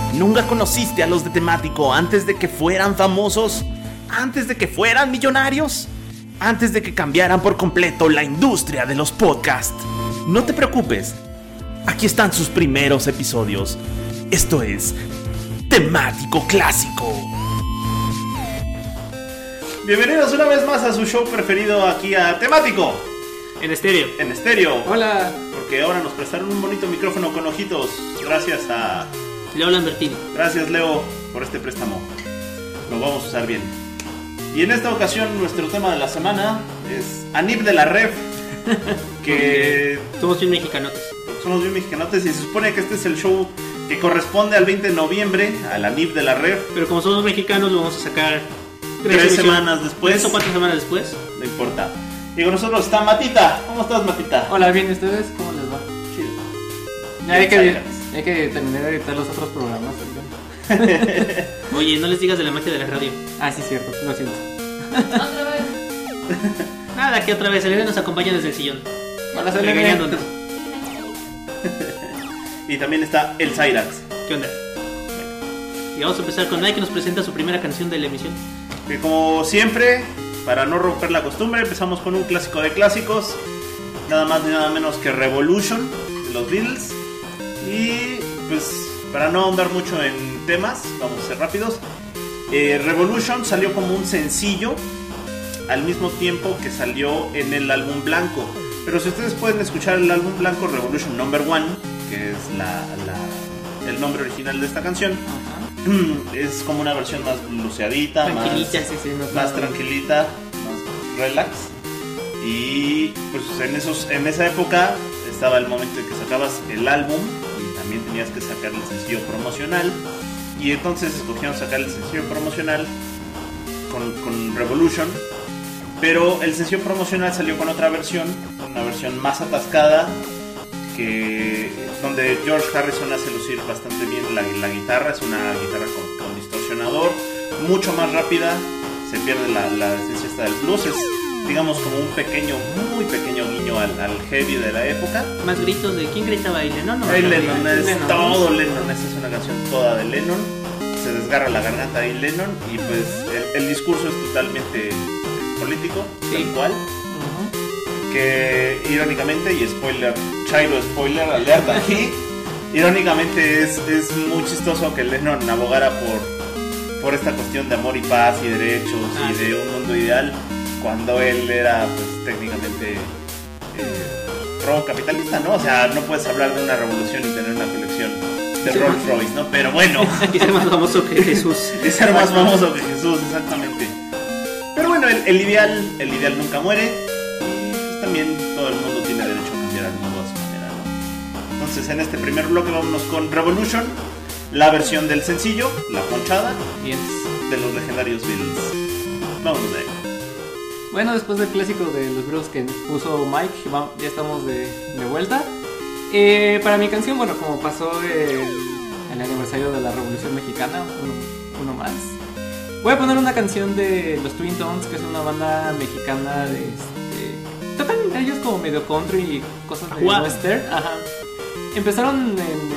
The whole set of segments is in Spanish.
¿Nunca conociste a los de Temático antes de que fueran famosos? ¿Antes de que fueran millonarios? ¿Antes de que cambiaran por completo la industria de los podcasts? No te preocupes, aquí están sus primeros episodios. Esto es Temático Clásico. Bienvenidos una vez más a su show preferido aquí a Temático. En estéreo. En estéreo. Hola. Porque ahora nos prestaron un bonito micrófono con ojitos. Gracias a Leo Lambertini. Gracias, Leo, por este préstamo. Lo vamos a usar bien. Y en esta ocasión nuestro tema de la semana es Anib de la Ref. Que somos bien mexicanotes. Somos bien mexicanotes y se supone que este es el show que corresponde al 20 de noviembre, al Anib de la Ref. Pero como somos mexicanos lo vamos a sacar 3 semanas después. 3 o 4 semanas después. No importa. Y con nosotros está Matita. ¿Cómo estás, Matita? Hola, bien, ¿ustedes? ¿Cómo les va? Chido. Ya hay que terminar de editar los otros programas. Oye, no les digas de la magia de la radio. Ah, sí, cierto, lo siento. Otra vez. Nada, que otra vez. Elena nos acompaña desde el sillón. Para hacerle regañándonos. Y también está el Cyrax. ¿Qué onda? Y vamos a empezar con Nike, que nos presenta su primera canción de la emisión. Que como siempre, para no romper la costumbre, empezamos con un clásico de clásicos. Nada más ni nada menos que Revolution de los Beatles. Y pues para no ahondar mucho en temas, vamos a ser rápidos. Revolution salió como un sencillo al mismo tiempo que salió en el álbum blanco. Pero si ustedes pueden escuchar el álbum blanco, Revolution Number 1, que es el nombre original de esta canción, es como una versión más bluseadita, tranquilita, más tranquilita, más relax. Y pues en esa época estaba el momento en que sacabas el álbum y también tenías que sacar el sencillo promocional. Y entonces escogieron sacar el sencillo promocional con Revolution. Pero el sencillo promocional salió con otra versión, una versión más atascada, donde George Harrison hace lucir bastante bien la guitarra. Es una guitarra con distorsionador, mucho más rápida, se pierde la esencia esta del blues. Es, digamos, como un muy pequeño guiño al heavy de la época. Más gritos de ¿quién gritaba ahí? Lennon. Lennon, es todo Lennon. Esta es una canción toda de Lennon. Se desgarra la garganta ahí Lennon y pues el discurso es totalmente político, tal cual. Que irónicamente, y Chairo spoiler alert aquí, irónicamente es muy chistoso que Lennon abogara por esta cuestión de amor y paz y derechos y de un mundo ideal, cuando él era pues técnicamente pro-capitalista, ¿no? O sea, no puedes hablar de una revolución y tener una colección de Rolls Royce, ¿no? Pero bueno. Y ser más famoso que Jesús. Y ser más famoso que Jesús, exactamente. Pero bueno, el ideal nunca muere. También todo el mundo tiene derecho a cambiar al mundo a su manera, ¿no? Entonces en este primer bloque vámonos con Revolution, la versión del sencillo, la ponchada de los legendarios Beatles. Vámonos de ahí. Bueno, después del clásico de los Beatles que puso Mike, ya estamos de vuelta. Para mi canción, bueno, como pasó el aniversario de la Revolución Mexicana, uno más, voy a poner una canción de los Twin Tones, que es una banda mexicana tocan ellos como medio country y cosas de western. Ajá. Empezaron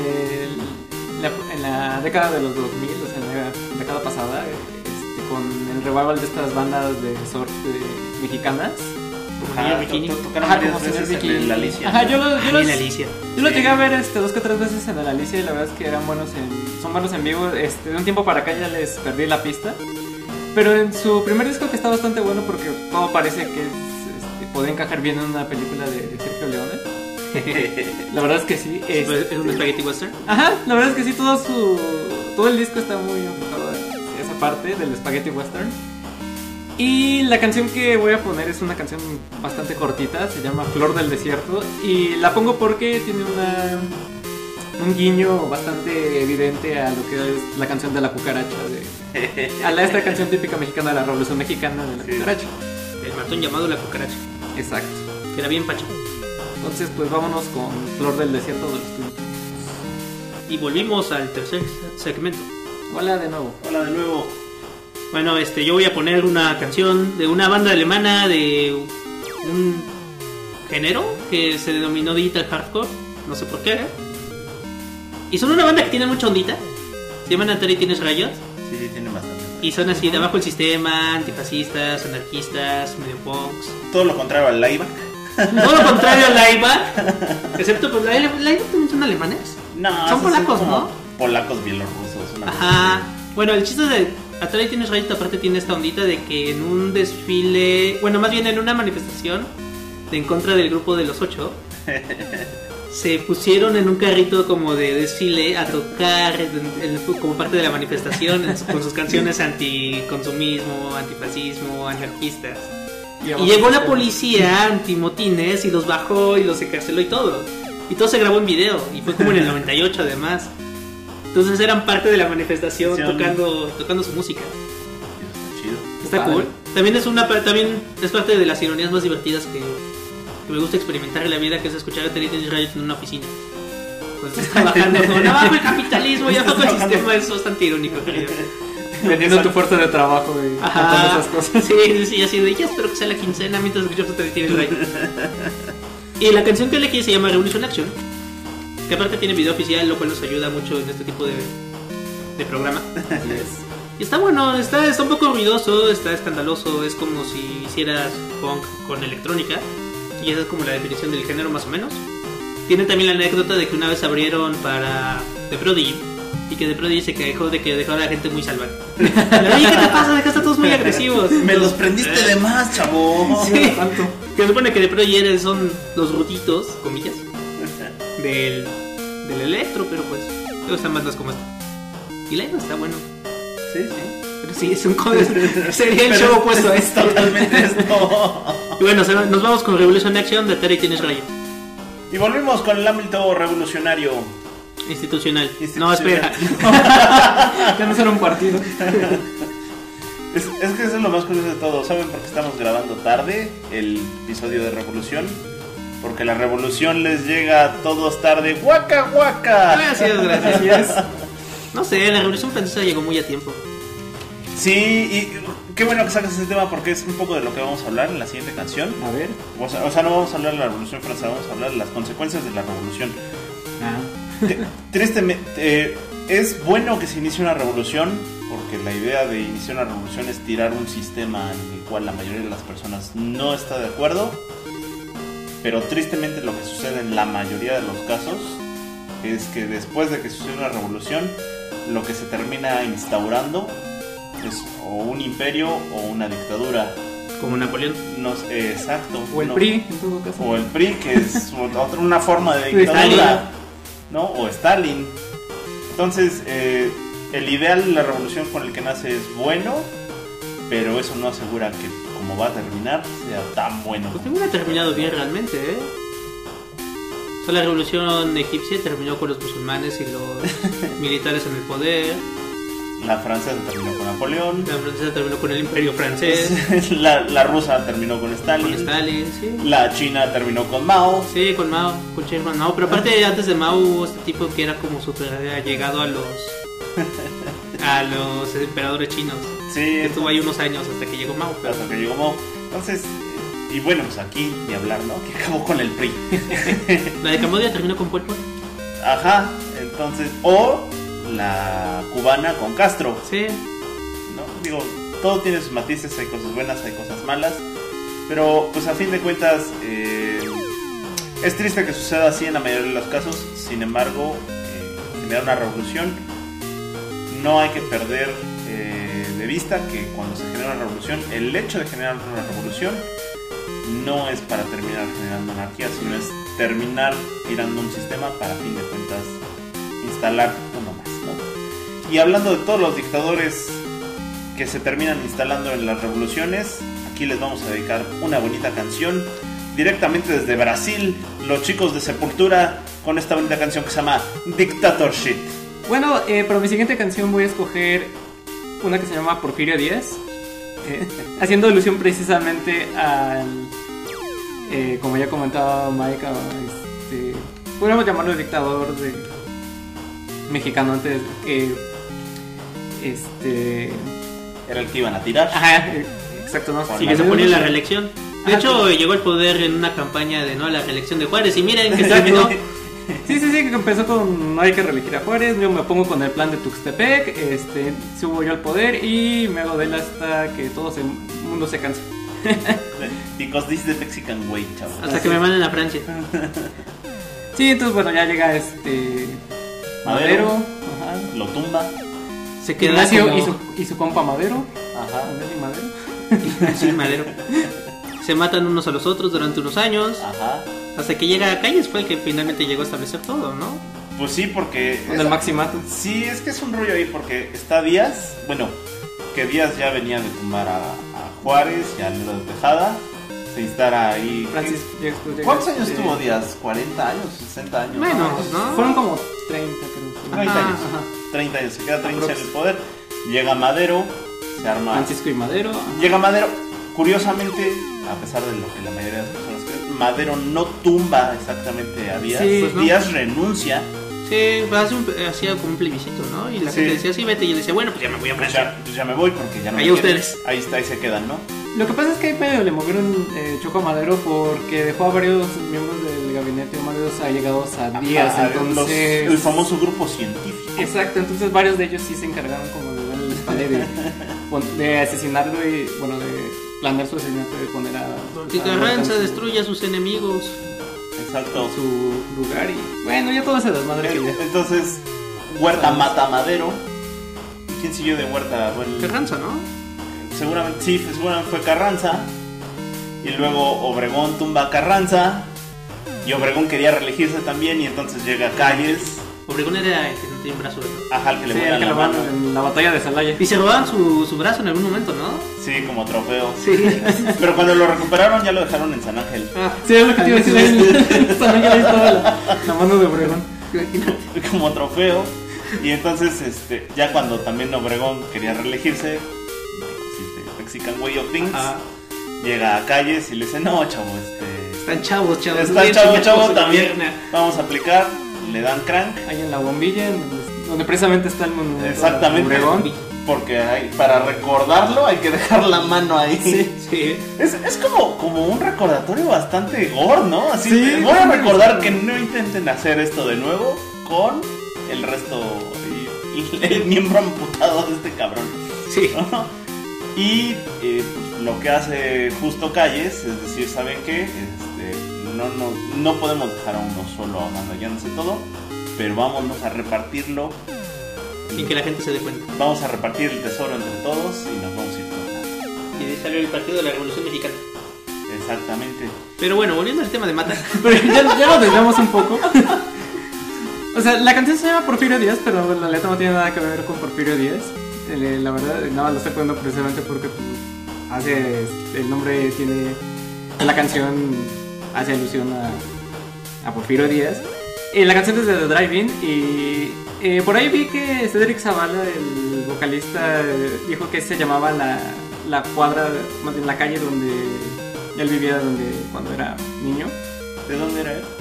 en la década de los 2000, o sea, en la década pasada, con el revival de estas bandas de surf mexicanas. Tocaron varias veces en la Alicia. Ajá, yo lo llegué a ver 2 que 3 veces en la Alicia y la verdad es que son buenos en vivo. De un tiempo para acá ya les perdí la pista. Pero en su primer disco, que está bastante bueno porque todo parece que podría encajar bien en una película de Sergio Leone. La verdad es que sí. ¿Es un spaghetti western? Ajá, la verdad es que sí, todo el disco está muy enfocado en esa parte del spaghetti western. Y la canción que voy a poner es una canción bastante cortita, se llama Flor del Desierto. Y la pongo porque tiene un guiño bastante evidente a lo que es la canción de la cucaracha, esta canción típica mexicana de la Revolución Mexicana de la cucaracha. El matón llamado la cucaracha. Exacto. Que era bien pacho. Entonces pues vámonos con Flor del Desierto de los Twin Tones. Y volvimos al tercer segmento. Hola de nuevo. Hola de nuevo. Bueno, yo voy a poner una canción de una banda alemana de un género que se denominó Digital Hardcore. No sé por qué. Y son una banda que tiene mucha ondita. Se llaman Atari Tienes Rayos. Sí, tienen bastante. Y son así, de abajo el sistema, antifascistas, anarquistas, medio punks. Todo lo contrario al Laibach. Todo lo contrario al Laibach. Excepto, pues, Laibach también son alemanes. No, son polacos, ¿no? Polacos bielorrusos. Ajá. Bueno, el chiste de Atari Tienes Rayos aparte tiene esta ondita de que en un desfile, bueno, más bien en una manifestación en contra del grupo de los 8, se pusieron en un carrito como de desfile a tocar como parte de la manifestación con sus canciones anticonsumismo, antifascismo, anarquistas. Y llegó la policía antimotines y los bajó y los encarceló y todo. Y todo se grabó en video y fue como en el 98 además. Entonces eran parte de la manifestación tocando su música. Está cool. También es parte de las ironías más divertidas que me gusta experimentar en la vida, que es escuchar a Atari Tienes Rayos en una oficina. Pues estás trabajando con abajo el capitalismo y abajo el sistema, es bastante irónico, creo. Vendiendo tu fuerza de trabajo y todas esas cosas. Sí, así de ya espero que sea la quincena mientras escuchas a Atari Tienes Rayos. Y la canción que elegí se llama Revolution Action, que aparte tiene video oficial, lo cual nos ayuda mucho en este tipo de programa. Y está bueno, está un poco ruidoso, está escandaloso, es como si hicieras punk con electrónica. Y esa es como la definición del género más o menos. Tiene también la anécdota de que una vez abrieron para The Prodigy y que The Prodigy se quejó de que dejó a la gente muy salvaje. Oye, ¿qué te pasa? Dejaste a todos muy agresivos. Me los prendiste de más, chavo. Sí. Que supone que The Prodigy son los ruditos, comillas, del electro, pero pues luego están bandas como esta. Y la está bueno. Sí. Pero sí, es un sería el show opuesto a esto. Totalmente esto. Y bueno, nos vamos con Revolution Action de Atari Tienes Rayos. Y volvimos con el ámbito revolucionario. Institucional. No, espera. Ya no será un partido. Es que eso es lo más curioso de todo. ¿Saben por qué estamos grabando tarde el episodio de Revolución? Porque la revolución les llega a todos tarde. ¡Guaca, guaca! Gracias. No sé, la Revolución Francesa llegó muy a tiempo. Sí, y qué bueno que sacas ese tema porque es un poco de lo que vamos a hablar en la siguiente canción. A ver. O sea, no vamos a hablar de la Revolución Francesa, vamos a hablar de las consecuencias de la revolución. Tristemente, es bueno que se inicie una revolución porque la idea de iniciar una revolución es tirar un sistema en el cual la mayoría de las personas no está de acuerdo. Pero tristemente lo que sucede en la mayoría de los casos es que después de que sucede una revolución, lo que se termina instaurando es o un imperio o una dictadura. Como Napoleón. No, exacto. O el PRI, en todo caso. O el PRI, que es una forma de dictadura. ¿No? O Stalin. Entonces, el ideal de la revolución con el que nace es bueno, pero eso no asegura que como va a terminar sea tan bueno. Pues ninguna ha terminado bien realmente, O sea, la revolución egipcia terminó con los musulmanes y los militares en el poder. La francesa terminó con Napoleón. La francesa terminó con el imperio francés. La rusa terminó con Stalin. Con Stalin, sí. La china terminó con Mao. Sí, con Mao, con Chairman Mao. Pero aparte, antes de Mao hubo este tipo que era como súper allegado a los emperadores chinos. Sí. Estuvo ahí unos años hasta que llegó Mao. Hasta que llegó Mao. Entonces, y bueno, pues aquí ni hablar, ¿no? Que acabó con el PRI. La de Camboya terminó con Pol Pot. Ajá, entonces, o la cubana con Castro. Sí. ¿No? Digo, todo tiene sus matices, hay cosas buenas, hay cosas malas. Pero, pues a fin de cuentas, es triste que suceda así en la mayoría de los casos. Sin embargo, generar una revolución, no hay que perder de vista que cuando se genera una revolución, el hecho de generar una revolución no es para terminar generando anarquía, sino es terminar tirando un sistema para, a fin de cuentas, instalar uno más, ¿no? Y hablando de todos los dictadores que se terminan instalando en las revoluciones, aquí les vamos a dedicar una bonita canción directamente desde Brasil, los chicos de Sepultura, con esta bonita canción que se llama Dictatorship. Bueno, para mi siguiente canción voy a escoger una que se llama Porfirio Díaz, haciendo alusión precisamente al, como ya comentaba Mike, podríamos llamarlo el dictador mexicano antes, Era el que iban a tirar. Ajá, exacto, ¿no? Sí, que se ponía en la reelección. De hecho, llegó al poder en una campaña de no a la reelección de Juárez y miren que terminó. Sí, que empezó con no hay que reelegir a Juárez, yo me pongo con el plan de Tuxtepec, subo yo al poder y me hago de él hasta que todo el mundo se canse. Because this is the Mexican way, chavos. Hasta que me manden a Francia. Sí, entonces bueno, ya llega Madero, ajá. Lo tumba. Se queda Ignacio como... y su compa Madero. Ajá. Madero. Sí, Madero. Se matan unos a los otros durante unos años. Ajá. Hasta que llega a Calles, fue el que finalmente llegó a establecer todo, ¿no? Pues sí, porque... Con el maximato. Sí, es que es un rollo ahí, porque está Díaz, bueno, que Díaz ya venía de tumbar a Juárez y a Lerdo de Tejada. Se instala ahí... ¿Cuántos años tuvo Díaz? ¿40 años? ¿60 años? Menos, ¿no? Fueron como 30, creo. 30 años. Ajá. 30 años, se queda 30 en el poder. Llega Madero, se arma... Francisco y Madero. Llega Madero, curiosamente, a pesar de lo que la mayoría de las personas creen, Madero no tumba exactamente a Díaz. Sí, pues no. Díaz renuncia. Sí, hacía como un plebiscito, ¿no? Y la Sí. gente decía, sí, vete. Y él decía, bueno, pues ya me voy a Pues Francia. ya me voy porque ya no me Allá quieren. ustedes. Ahí está, ahí se quedan, ¿no? Lo que pasa es que ahí medio le movieron Choco a Madero porque dejó a varios miembros del gabinete o varios allegados a Díaz. Entonces, el famoso grupo científico. exacto, entonces varios de ellos sí se encargaron como de darle la espalda de asesinarlo y, bueno, de planear su asesinato, de poner a... Porque Carranza destruye a sus enemigos. Exacto. en su lugar y, bueno, ya todo se desmadre que ya. Entonces, Huerta mata a Madero. ¿Y quién siguió de Huerta? Bueno, Carranza, ¿no? seguramente fue Carranza. Y luego Obregón tumba a Carranza. Y Obregón quería reelegirse también. Y entonces llega Calles. Obregón era el que no tenía un brazo, ¿no? Ajá, el que le Sí, vuela el que la lo van mano. en la batalla de Salaya. Y se robaban su brazo en algún momento, ¿no? Sí, como trofeo. Sí. Pero cuando lo recuperaron ya lo dejaron en San Ángel. Ah, Sí, es lo que te iba a decir. También ya estaba la mano de Obregón. Como trofeo. Y entonces, ya cuando también Obregón quería reelegirse, Mexican Way of Things, ajá. llega a Calles y le dice, no, chavo, Están chavos. está chavo, también vamos a aplicar, le dan crank. Ahí en la bombilla, donde precisamente está el monumento. Exactamente. Obregón. Porque para recordarlo hay que dejar la mano ahí. Sí. Es como un recordatorio bastante gore, ¿no? Así, Sí, voy a sí, recordar sí. que no intenten hacer esto de nuevo con el resto y el miembro amputado de este cabrón. Sí. ¿No? Y pues, lo que hace Justo Calles es decir, ¿saben qué? No podemos dejar a uno solo aganallándose todo, pero vámonos a repartirlo. Sin que la gente se dé cuenta. Vamos a repartir el tesoro entre todos y nos vamos a ir todos. Y de ahí salió el Partido de la Revolución Mexicana. Exactamente. Pero bueno, volviendo al tema de Mata. Pero ya lo desviamos un poco. O sea, la canción se llama Porfirio Díaz, pero la letra no tiene nada que ver con Porfirio Díaz. La verdad, nada más lo estoy poniendo precisamente porque pues, el nombre tiene... La canción hace alusión a Porfirio Díaz. La canción es de The Drive-In y por ahí vi que Cedric Zavala, el vocalista, dijo que se llamaba la cuadra, más bien la calle donde él vivía cuando era niño. ¿De dónde era él?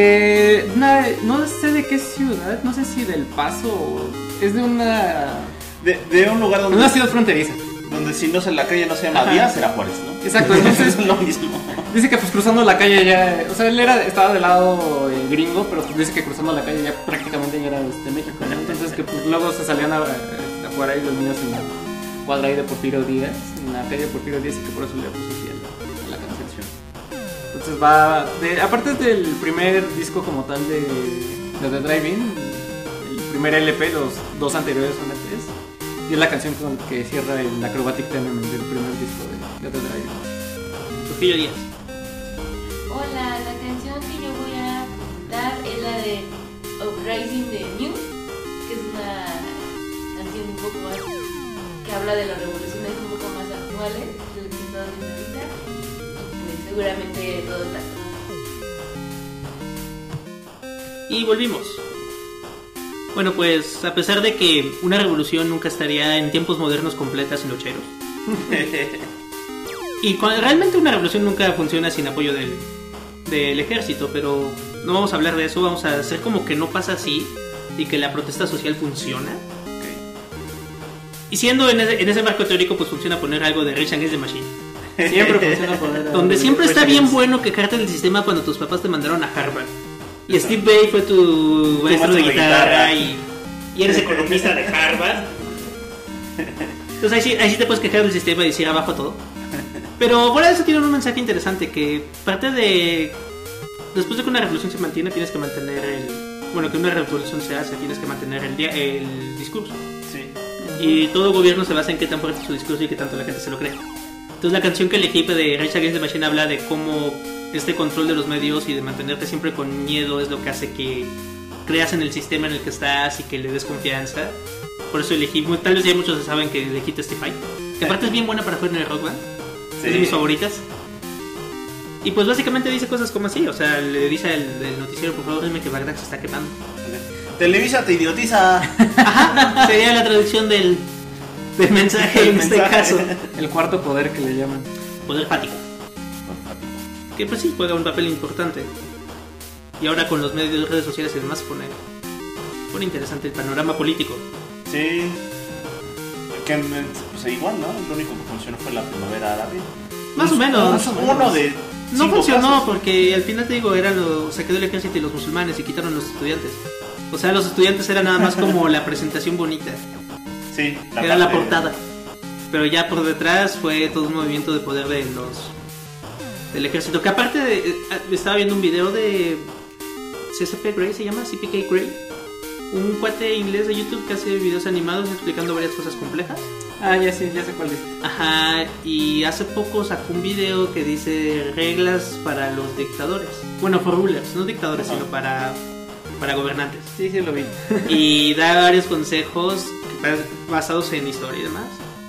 No sé de qué ciudad, no sé si del Paso o es de una... De un lugar donde... Una ciudad fronteriza. Donde si no la calle no se llama Díaz, era Juárez, ¿no? Exacto, entonces es lo mismo. dice que pues cruzando la calle ya... O sea, él estaba del lado gringo, pero pues dice que cruzando la calle ya prácticamente ya era México, ¿no? Entonces que pues luego se salían a jugar ahí los niños en la cuadra ahí de Porfirio Díaz, en la calle de Porfirio Díaz, y que por eso le puso así a la canción. Entonces aparte del primer disco como tal de The Drive-In, el primer LP, los dos anteriores son LPs, y es la canción con que cierra el Acrobatic Tenement del primer disco de The Drive-In. Porfirio Díaz. Hola, la canción que yo voy a dar es la de Uprising de Muse, que es una canción un poco más que habla de las revoluciones un poco más actuales, de lo que está viendo ahorita, y pues seguramente todo está Y volvimos. Bueno, pues a pesar de que una revolución nunca estaría en tiempos modernos completa sin nocheros. Y realmente una revolución nunca funciona sin apoyo del ejército, pero no vamos a hablar de eso, vamos a hacer como que no pasa así y que la protesta social funciona. Y siendo en ese marco teórico, pues funciona poner algo de Rage Against the Machine. Siempre funciona poner Donde algo siempre de está Rage bien Against. bueno quejarte del sistema cuando tus papás te mandaron a Harvard. Y Steve Vai fue tu maestro de guitarra y eres economista de Harvard. Entonces ahí sí te puedes quejar del sistema y decir abajo todo. Pero fuera de eso tienen un mensaje interesante que parte de... Después de que una revolución se mantiene, tienes que mantener Bueno, que una revolución se hace, tienes que mantener el discurso. Sí. Y todo gobierno se basa en qué tan fuerte es su discurso y qué tanto la gente se lo cree. Entonces la canción que elegí de Rage Against the Machine habla de cómo este control de los medios y de mantenerte siempre con miedo es lo que hace que creas en el sistema en el que estás y que le des confianza. Por eso elegí, tal vez ya muchos saben que elegí Testify, que aparte es bien buena para jugar en el Rock Band. Sí. Es de mis favoritas. Y pues básicamente dice cosas como así, o sea, le dice al noticiero, por favor dime que Bagdad se está quemando. Televisa te idiotiza. Ajá, sería la traducción del mensaje en este caso. El cuarto poder que le llaman. Poder fático. Que pues sí, juega un papel importante. Y ahora con los medios de redes sociales y demás pone interesante el panorama político. Sí. Que pues igual, ¿no? Lo único que funcionó fue la primavera árabe. Más o menos. Uno de... No funcionó casos. Porque al final te digo, se quedó el ejército y los musulmanes y quitaron los estudiantes. O sea, los estudiantes eran nada más como la presentación bonita. Sí, era la portada. Pero ya por detrás fue todo un movimiento de poder del ejército. Que aparte estaba viendo un video de CCP Grey, se llama CPK Grey, un cuate inglés de YouTube que hace videos animados explicando varias cosas complejas. Ah, ya sé cuál es. Ajá, y hace poco sacó un video que dice reglas para los dictadores. Bueno, for rulers, no dictadores, sino para gobernantes. Sí, lo vi. Y da varios consejos basados en historia y demás.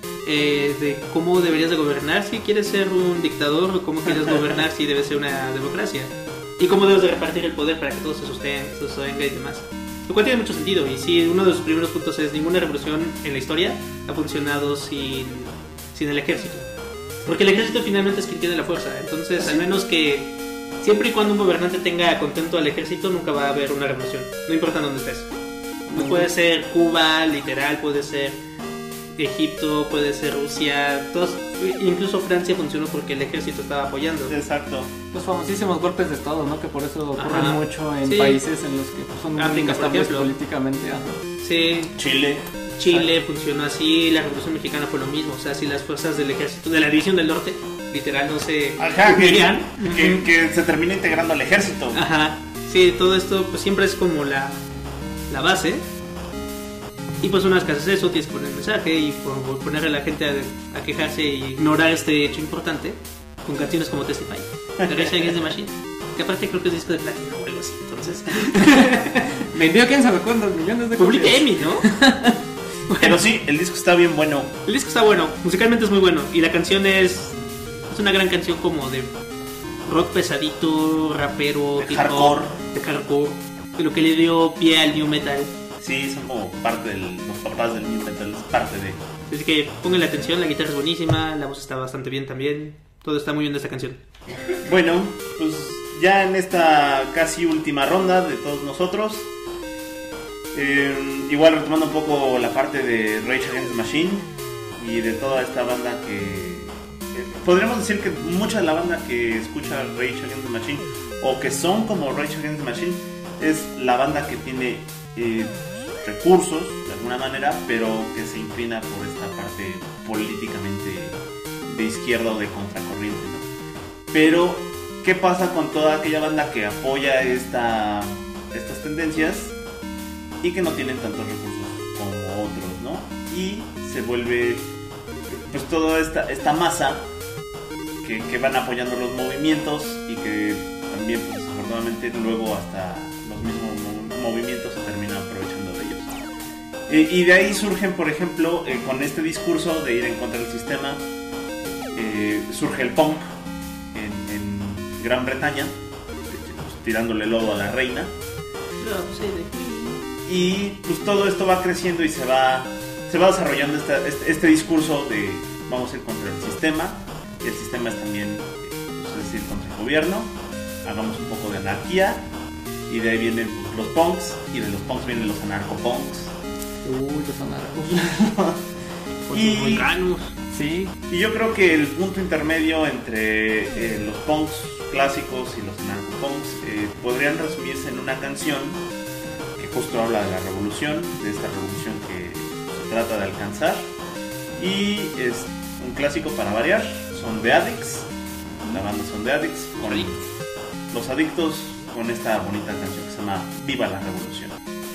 De cómo deberías de gobernar si quieres ser un dictador, o cómo quieres gobernar si debes ser una democracia. Y cómo debes de repartir el poder para que todo se sostenga y demás. Lo cual tiene mucho sentido. Y sí, uno de los primeros puntos es: ninguna revolución en la historia ha funcionado sin el ejército. Porque el ejército finalmente es quien tiene la fuerza. Entonces, al menos que siempre y cuando un gobernante tenga contento al ejército, nunca va a haber una revolución. No importa dónde estés. No puede ser Cuba, literal, puede ser Egipto, puede ser Rusia, incluso Francia funcionó porque el ejército estaba apoyando. Exacto. Los famosísimos golpes de estado, ¿no? Que por eso ocurren mucho en países en los que son muy inestables políticamente. Ajá. Sí. Chile funcionó así, la Revolución Mexicana fue lo mismo. O sea, si las fuerzas del ejército, de la División del Norte, literal no se unirían, que se termina integrando al ejército. Ajá. Sí, todo esto pues siempre es como la base. Y pues una vez que haces eso, tienes que poner el mensaje y ponerle a la gente a quejarse e ignorar este hecho importante con canciones como Testify, de Rage Against the Machine, que aparte creo que es disco de platino o algo así. Entonces vendió quién sabe cuántos millones de copias. Publica EMI, ¿no? Bueno, pero sí, el disco está bien bueno. El disco está bueno, musicalmente es muy bueno. Y la canción es una gran canción como de rock pesadito, rapero, de hardcore. De hardcore, de lo que le dio pie al new metal. Sí, son como parte de los papás del new metal, es parte de... Así que pónganle atención, la guitarra es buenísima, la voz está bastante bien también, todo está muy bien de esta canción. Bueno, pues ya en esta casi última ronda de todos nosotros, igual retomando un poco la parte de Rage Against the Machine y de toda esta banda que podríamos decir que mucha de la banda que escucha Rage Against the Machine o que son como Rage Against the Machine es la banda que tiene recursos de alguna manera, pero que se inclina por esta parte políticamente de izquierda o de contracorriente, ¿no? Pero ¿qué pasa con toda aquella banda que apoya estas tendencias y que no tienen tantos recursos como otros, ¿no? Y se vuelve pues toda esta masa que van apoyando los movimientos y que también pues desafortunadamente luego hasta los mismos movimientos se terminan aprovechando de ellos. Y de ahí surgen, por ejemplo, con este discurso de ir en contra del sistema, surge el punk en Gran Bretaña, pues, tirándole lodo a la reina. Y pues todo esto va creciendo y se va desarrollando este discurso de vamos a ir contra el sistema, y el sistema es también, pues, es decir, contra el gobierno, hagamos un poco de anarquía. Y de ahí vienen pues, los punks, y de los punks vienen los anarcopunks. Los anarcos. Y Sí. Y yo creo que el punto intermedio entre los punks clásicos y los anarcopunks podrían resumirse en una canción que justo habla de la revolución, de esta revolución que se trata de alcanzar. Y es un clásico para variar, son The Addicts, la banda son The Addicts, con los adictos, con esta bonita canción que se llama Viva la Revolución.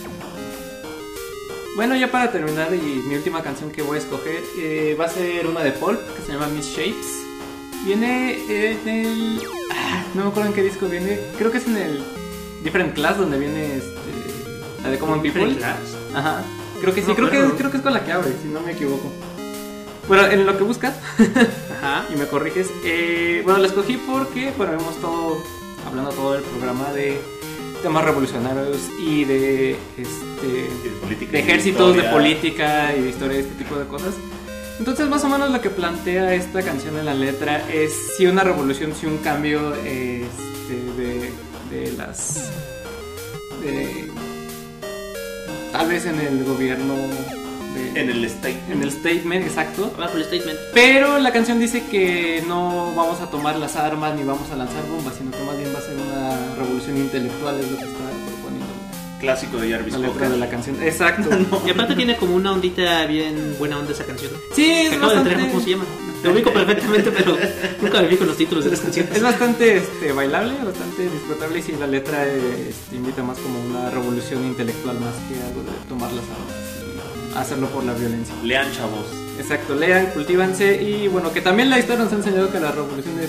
Bueno, ya para terminar, y mi última canción que voy a escoger va a ser una de Pulp, que se llama Miss Shapes. Viene en el... no me acuerdo en qué disco viene, creo que es en el Different Class, donde viene la de Common People. Different Class. Ajá, creo que sí, No, creo pero- que es con la que abre, si no me equivoco. Bueno, en lo que buscas Ajá. y me corriges, bueno, la escogí porque, bueno, hemos estado hablando todo el programa de temas revolucionarios y de Política, de ejércitos, de historia. política y de historia, este tipo de cosas. Entonces, más o menos lo que plantea esta canción en la letra es si una revolución, si un cambio de las... tal vez en el gobierno... En el statement. En el statement, exacto. Abajo el statement. Pero la canción dice que no vamos a tomar las armas ni vamos a lanzar bombas, sino que más bien va a ser una revolución intelectual, es lo que está proponiendo Clásico de Jarvis la letra Cocker. de la canción. Exacto. Y aparte tiene como una ondita bien buena onda esa canción. Sí, Que es acabo de enterar bastante, cómo se llama. Lo ubico perfectamente, pero nunca me fijo en los títulos de las canciones. es bastante bailable, bastante disfrutable, y sí, la letra invita más como una revolución intelectual más que algo de tomar las armas y hacerlo por la violencia. Lean, chavos. Exacto, lean, cultívanse, y bueno, que también la historia nos ha enseñado que las revoluciones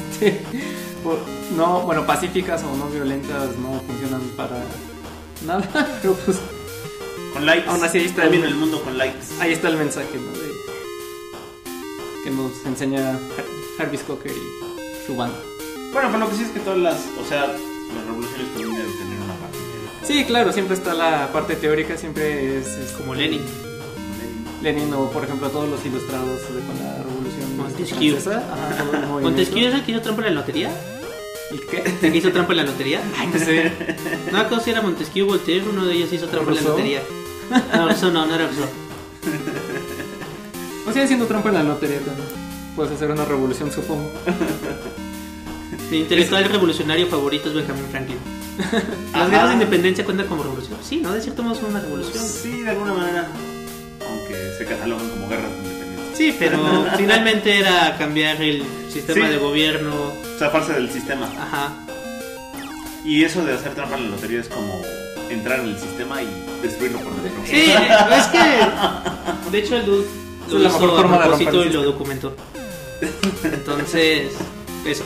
no, bueno, pacíficas o no violentas no funcionan para nada, pero pues Con likes. Aún así, ahí está También el- el mundo con likes. ahí está el mensaje, ¿no? Que nos enseña Jarvis Cocker y su banda. Bueno, pero lo que sí es que todas las... O sea, las revoluciones también deben tener una parte. Sí, claro, siempre está la parte teórica, siempre es Como Lenin. Lenin, o por ejemplo todos los ilustrados con la revolución Montesquieu. francesa. Ajá, todo el movimiento. ¿Montesquieu es el que hizo trampa en la lotería? ¿Y qué? ¿El que hizo trampa en la lotería? Ay, no sé. No, acuerdo si era Montesquieu o Voltaire, uno de ellos hizo trampa en la ¿Rousseau? lotería. No, eso no era Rousseau. O sea, haciendo trampa en la lotería también. Puedes hacer una revolución, supongo. Mi intelectual revolucionario favorito es Benjamin Franklin. ¿Las Ajá. guerras de independencia cuentan como revolución? Sí, ¿no? De cierto modo son una revolución. Sí, de alguna manera. Aunque se catalogan como guerras de independencia. Sí, pero finalmente era cambiar el sistema Sí. de gobierno. O sea, farsa del sistema. Ajá. Y eso de hacer trampa en la lotería es como entrar en el sistema y destruirlo por dentro. Sí, es que de hecho el dude Es lo la hizo mejor forma a de romper propósito el y lo sistema. documentó. Entonces, eso.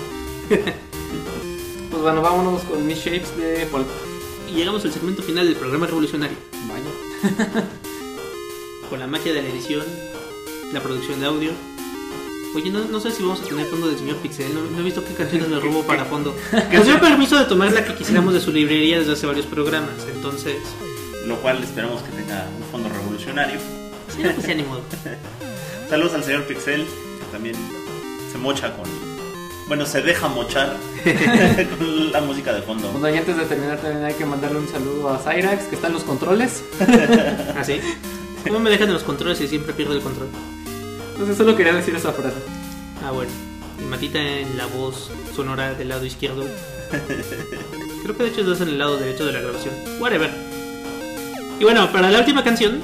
Pues bueno, vámonos con Miss Shapes de Paul. Y llegamos al segmento final del programa revolucionario. Vaya. Con la magia de la edición, la producción de audio. Oye, no sé si vamos a tener fondo del señor Pixel. No he visto qué canciones me robó para fondo. Nos dio permiso de tomar la que quisiéramos de su librería desde hace varios programas. Entonces, Lo cual esperamos que tenga un fondo revolucionario. sí, pues ya ni modo. Saludos al señor Pixel, que también se mocha con... Bueno, se deja mochar con la música de fondo. Bueno, y antes de terminar también hay que mandarle un saludo a Cyrax, que está en los controles. ¿Así? ¿Cómo me dejan en los controles y siempre pierdo el control? Entonces solo quería decir esa frase. Ah, bueno. Y Matita en la voz sonora del lado izquierdo. Creo que de hecho estás en el lado derecho de la grabación. Whatever. Y bueno, para la última canción,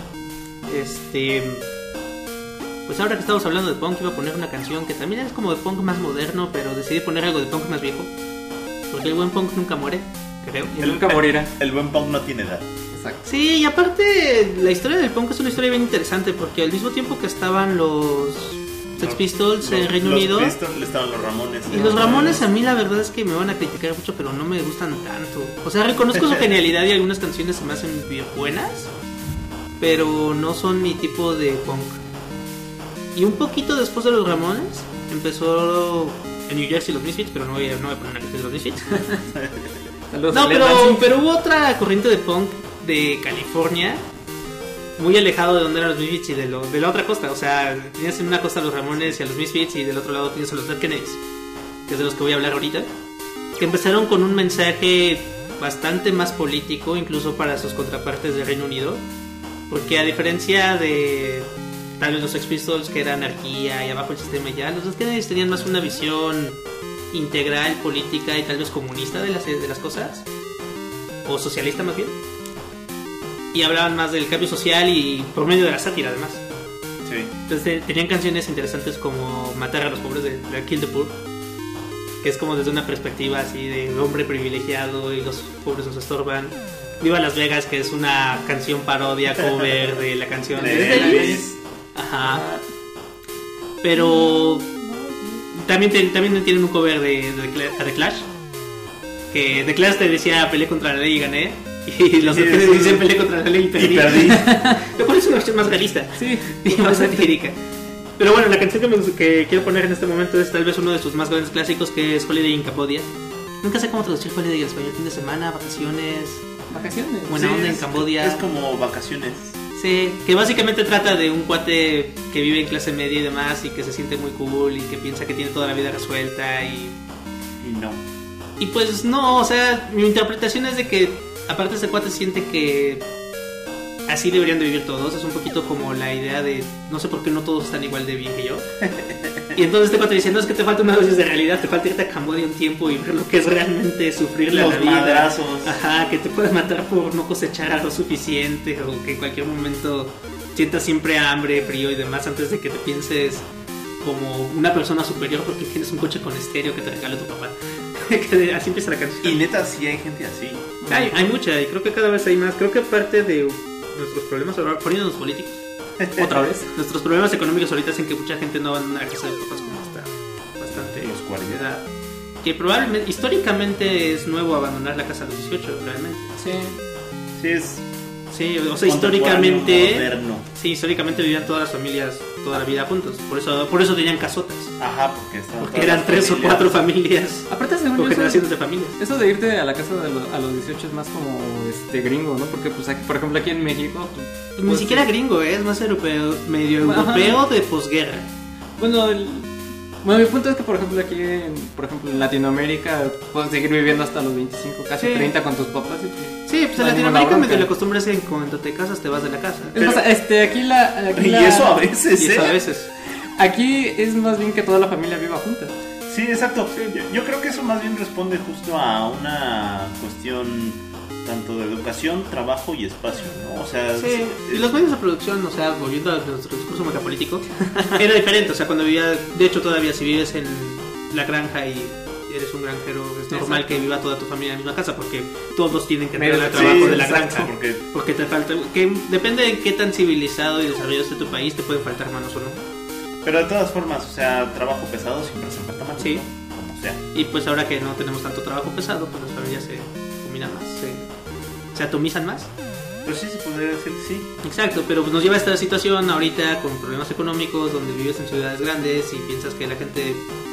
pues ahora que estamos hablando de punk, iba a poner una canción que también es como de punk más moderno, pero decidí poner algo de punk más viejo. Porque el buen punk nunca muere, creo. Y nunca morirá. El buen punk no tiene edad. Exacto. Sí, y aparte la historia del punk es una historia bien interesante porque al mismo tiempo que estaban los Sex Pistols en Reino Unido Los Pistols, estaban los Ramones. y los Ramones, a mí la verdad es que me van a criticar mucho, pero no me gustan tanto. O sea, reconozco su genialidad y algunas canciones se me hacen bien buenas, pero no son mi tipo de punk. Y un poquito después de los Ramones empezó en New Jersey los Misfits, pero no voy a poner una canción de los Misfits. Saludos No, a Glenn Danzig. pero hubo otra corriente de punk de California, muy alejado de donde eran los Misfits y de la otra costa. O sea, tenías en una costa a los Ramones y a los Misfits y del otro lado tienes a los Dead Kennedys, que es de los que voy a hablar ahorita, que empezaron con un mensaje bastante más político, incluso para sus contrapartes de Reino Unido, porque a diferencia de tal vez los Sex Pistols, que era anarquía y abajo el sistema ya. Los Kennedys tenían más una visión integral, política y tal vez comunista de las cosas, o socialista más bien, y hablaban más del cambio social y por medio de la sátira además. Sí. Entonces tenían canciones interesantes como Matar a los pobres de Kill the Poor, que es como desde una perspectiva así de hombre privilegiado y los pobres nos estorban. Viva Las Vegas, que es una canción parodia cover de la canción de Elvis. Ajá. Pero también tienen un cover de The Clash, que The Clash te decía peleé contra la ley y gané, y los otros te dicen peleé contra la ley y perdí. Lo cual es una versión más realista, Sí. y más satírica. Pero bueno, la canción que quiero poner en este momento es tal vez uno de sus más grandes clásicos, que es Holiday in Cambodia. Nunca sé cómo traducir Holiday en español. Fin de semana, vacaciones, buena onda en Cambodia. Es como vacaciones. Sí, que básicamente trata de un cuate que vive en clase media y demás, y que se siente muy cool y que piensa que tiene toda la vida resuelta y no. Y pues no, o sea, mi interpretación es de que aparte ese cuate siente que así deberían de vivir todos. Es un poquito como la idea de no sé por qué no todos están igual de bien que yo. Y entonces este cuate dice, no, es que te falta una dosis de realidad, te falta irte a Camboya un tiempo y ver lo que es realmente sufrir la vida. Madrazos. Ajá, que te puedes matar por no cosechar algo suficiente, o que en cualquier momento sientas siempre hambre, frío y demás, antes de que te pienses como una persona superior porque tienes un coche con estéreo que te regaló tu papá. Así empieza la canción. Y neta, sí hay gente así. Hay mucha, y creo que cada vez hay más. Creo que parte de nuestros problemas, ahora poniéndonos políticos Otra vez. nuestros problemas económicos ahorita hacen que mucha gente no abandone la casa de papás como está bastante Los 40. edad. Que probablemente, históricamente es nuevo abandonar la casa a los 18, realmente. Sí. Sí, es Sí, o sea, históricamente moderno. sí, históricamente vivían todas las familias toda la vida juntos. Por eso tenían casotas. Ajá, porque Eran 3 o 4 familias. Aparte, según O yo, generaciones de familias. eso de irte a la casa a los 18 es más como gringo, ¿no? Porque, pues, aquí, por ejemplo, aquí en México... Pues ni siquiera gringo, es más europeo, medio europeo de posguerra. Bueno, mi punto es que, por ejemplo, aquí en Latinoamérica puedes seguir viviendo hasta los 25, casi Sí. 30 con tus papás. Y, Sí, pues en no hay Latinoamérica ninguna medio bronca. la costumbre es que cuando te casas te vas de la casa. Es más, aquí Y eso a veces, Y eso a veces. Aquí es más bien que toda la familia viva junta. Sí, exacto. Yo creo que eso más bien responde justo a una cuestión tanto de educación, trabajo y espacio, ¿no? O sea, Sí, y los medios de producción, o sea, volviendo a nuestro discurso megapolítico, era diferente. O sea, cuando vivía, de hecho todavía si vives en la granja y eres un granjero, es normal que viva toda tu familia en la misma casa, porque todos tienen que tener el trabajo de la exacto, granja. Porque te falta, que depende de qué tan civilizado y desarrollado esté tu país, te pueden faltar manos o no. Pero de todas formas, o sea, trabajo pesado siempre se falta manos, Sí. ¿no? Como sea. Y pues ahora que no tenemos tanto trabajo pesado, pues las familias se combinan más, se atomizan más. Pues sí, se podría decir que sí. Exacto, pero pues nos lleva a esta situación ahorita con problemas económicos, donde vives en ciudades grandes y piensas que la gente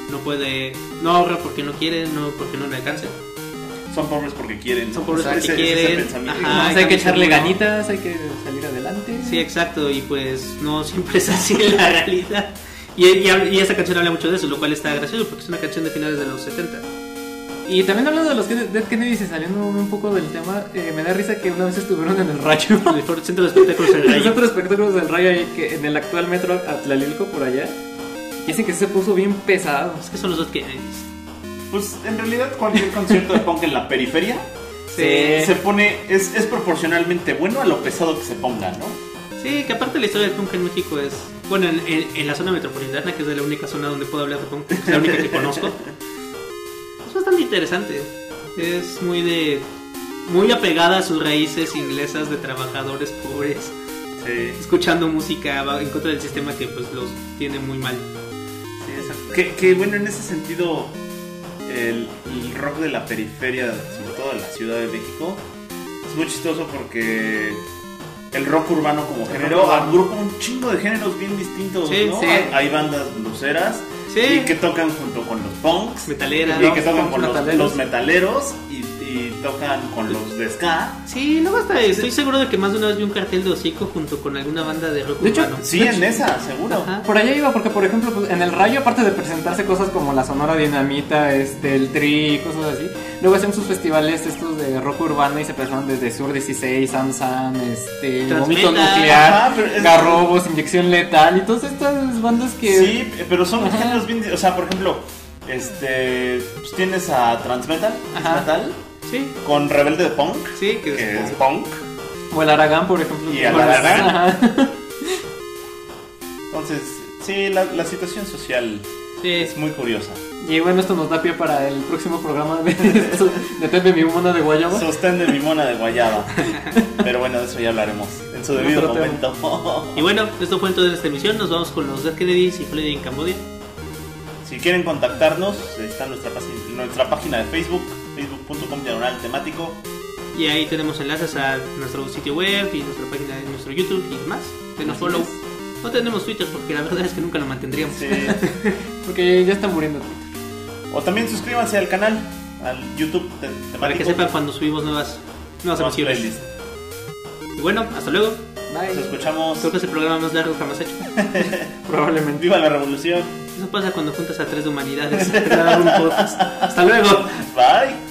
no ahorra porque no quiere, no porque no le alcanza. Son pobres porque quieren. Son pobres Ese- porque ese es el quieren. pensamiento. Ajá. Hay que cambio echarle seguro. ganitas, hay que salir adelante. Sí, exacto, y pues no siempre es así en la realidad. Y esta canción habla mucho de eso, lo cual está gracioso porque es una canción de finales de los 70. Y también hablando de los Dead Kennedys y saliendo un poco del tema, me da risa que una vez estuvieron en el Rayo. En el Centro de Espectáculos del En el Rayo. centro de espectáculos del Rayo, ahí, que en el actual metro Atlalilco, por allá. Dicen que se puso bien pesado. Es que son los dos Kennedys. Pues en realidad cualquier concierto de punk en la periferia se pone, es proporcionalmente bueno a lo pesado que se ponga, ¿no? Sí, que aparte la historia del punk en México es... Bueno, en la zona metropolitana, que es de la única zona donde puedo hablar de punk, es la única que conozco. Es bastante interesante. Es muy apegada a sus raíces inglesas de trabajadores pobres, Sí, escuchando música en contra del sistema que pues los tiene muy mal. sí, exacto. Que bueno, en ese sentido, el rock de la periferia, sobre todo de la Ciudad de México, es muy chistoso porque el rock urbano como género agrupa un chingo de géneros bien distintos, Sí, ¿no? sí. Hay bandas bluseras Sí. y que tocan junto con los punks, Metaleras, y que tocan con metaleros. los metaleros y tocan con los de ska. Sí, luego hasta estoy seguro de que más de una vez vi un cartel de hocico junto con alguna banda de rock De hecho, urbano. Sí, en esa, seguro. Ajá. Por allá iba porque, por ejemplo, pues, en el Rayo, aparte de presentarse cosas como la Sonora Dinamita, el Tri, cosas así, luego hacían sus festivales estos de rock urbano y se presentaban desde Sur 16, Samsam, Vómito Nuclear, Ajá, pero es- Garrobos, Inyección Letal y todas estas bandas que... Sí, pero son Ajá. géneros bien. O sea, por ejemplo, pues tienes a Transmetal, Ajá. Metal, Sí, con Rebelde de Punk, sí, que que es es punk. O el Aragán, por ejemplo. Y el Con las- Aragán. Ajá. Entonces, sí, la situación social sí, es muy curiosa. Y bueno, esto nos da pie para el próximo programa de Pepe mi mona de Guayaba. Sostén de mi mona de guayaba. Pero bueno, de eso ya hablaremos en su debido Otro tema. momento. Y bueno, esto fue entonces esta emisión. Nos vamos con los Dead Kennedys y Holiday en Cambodia. Si quieren contactarnos, está nuestra página de Facebook, facebook.com/temático. Y ahí tenemos enlaces a nuestro sitio web y nuestra página de nuestro YouTube y más. Denos Así follow. es. No tenemos Twitter porque la verdad es que nunca lo mantendríamos. Sí. Porque ya está muriendo Twitter. O también suscríbanse al canal, al YouTube temático. Para que sepan cuando subimos nuevas Nuevas emisiones. playlists. Y bueno, hasta luego. Nos escuchamos. Creo que es el programa más largo jamás hecho. Probablemente. ¡Viva la revolución! Eso pasa cuando juntas a 3 de humanidades a grabar un podcast. Hasta luego. Bye.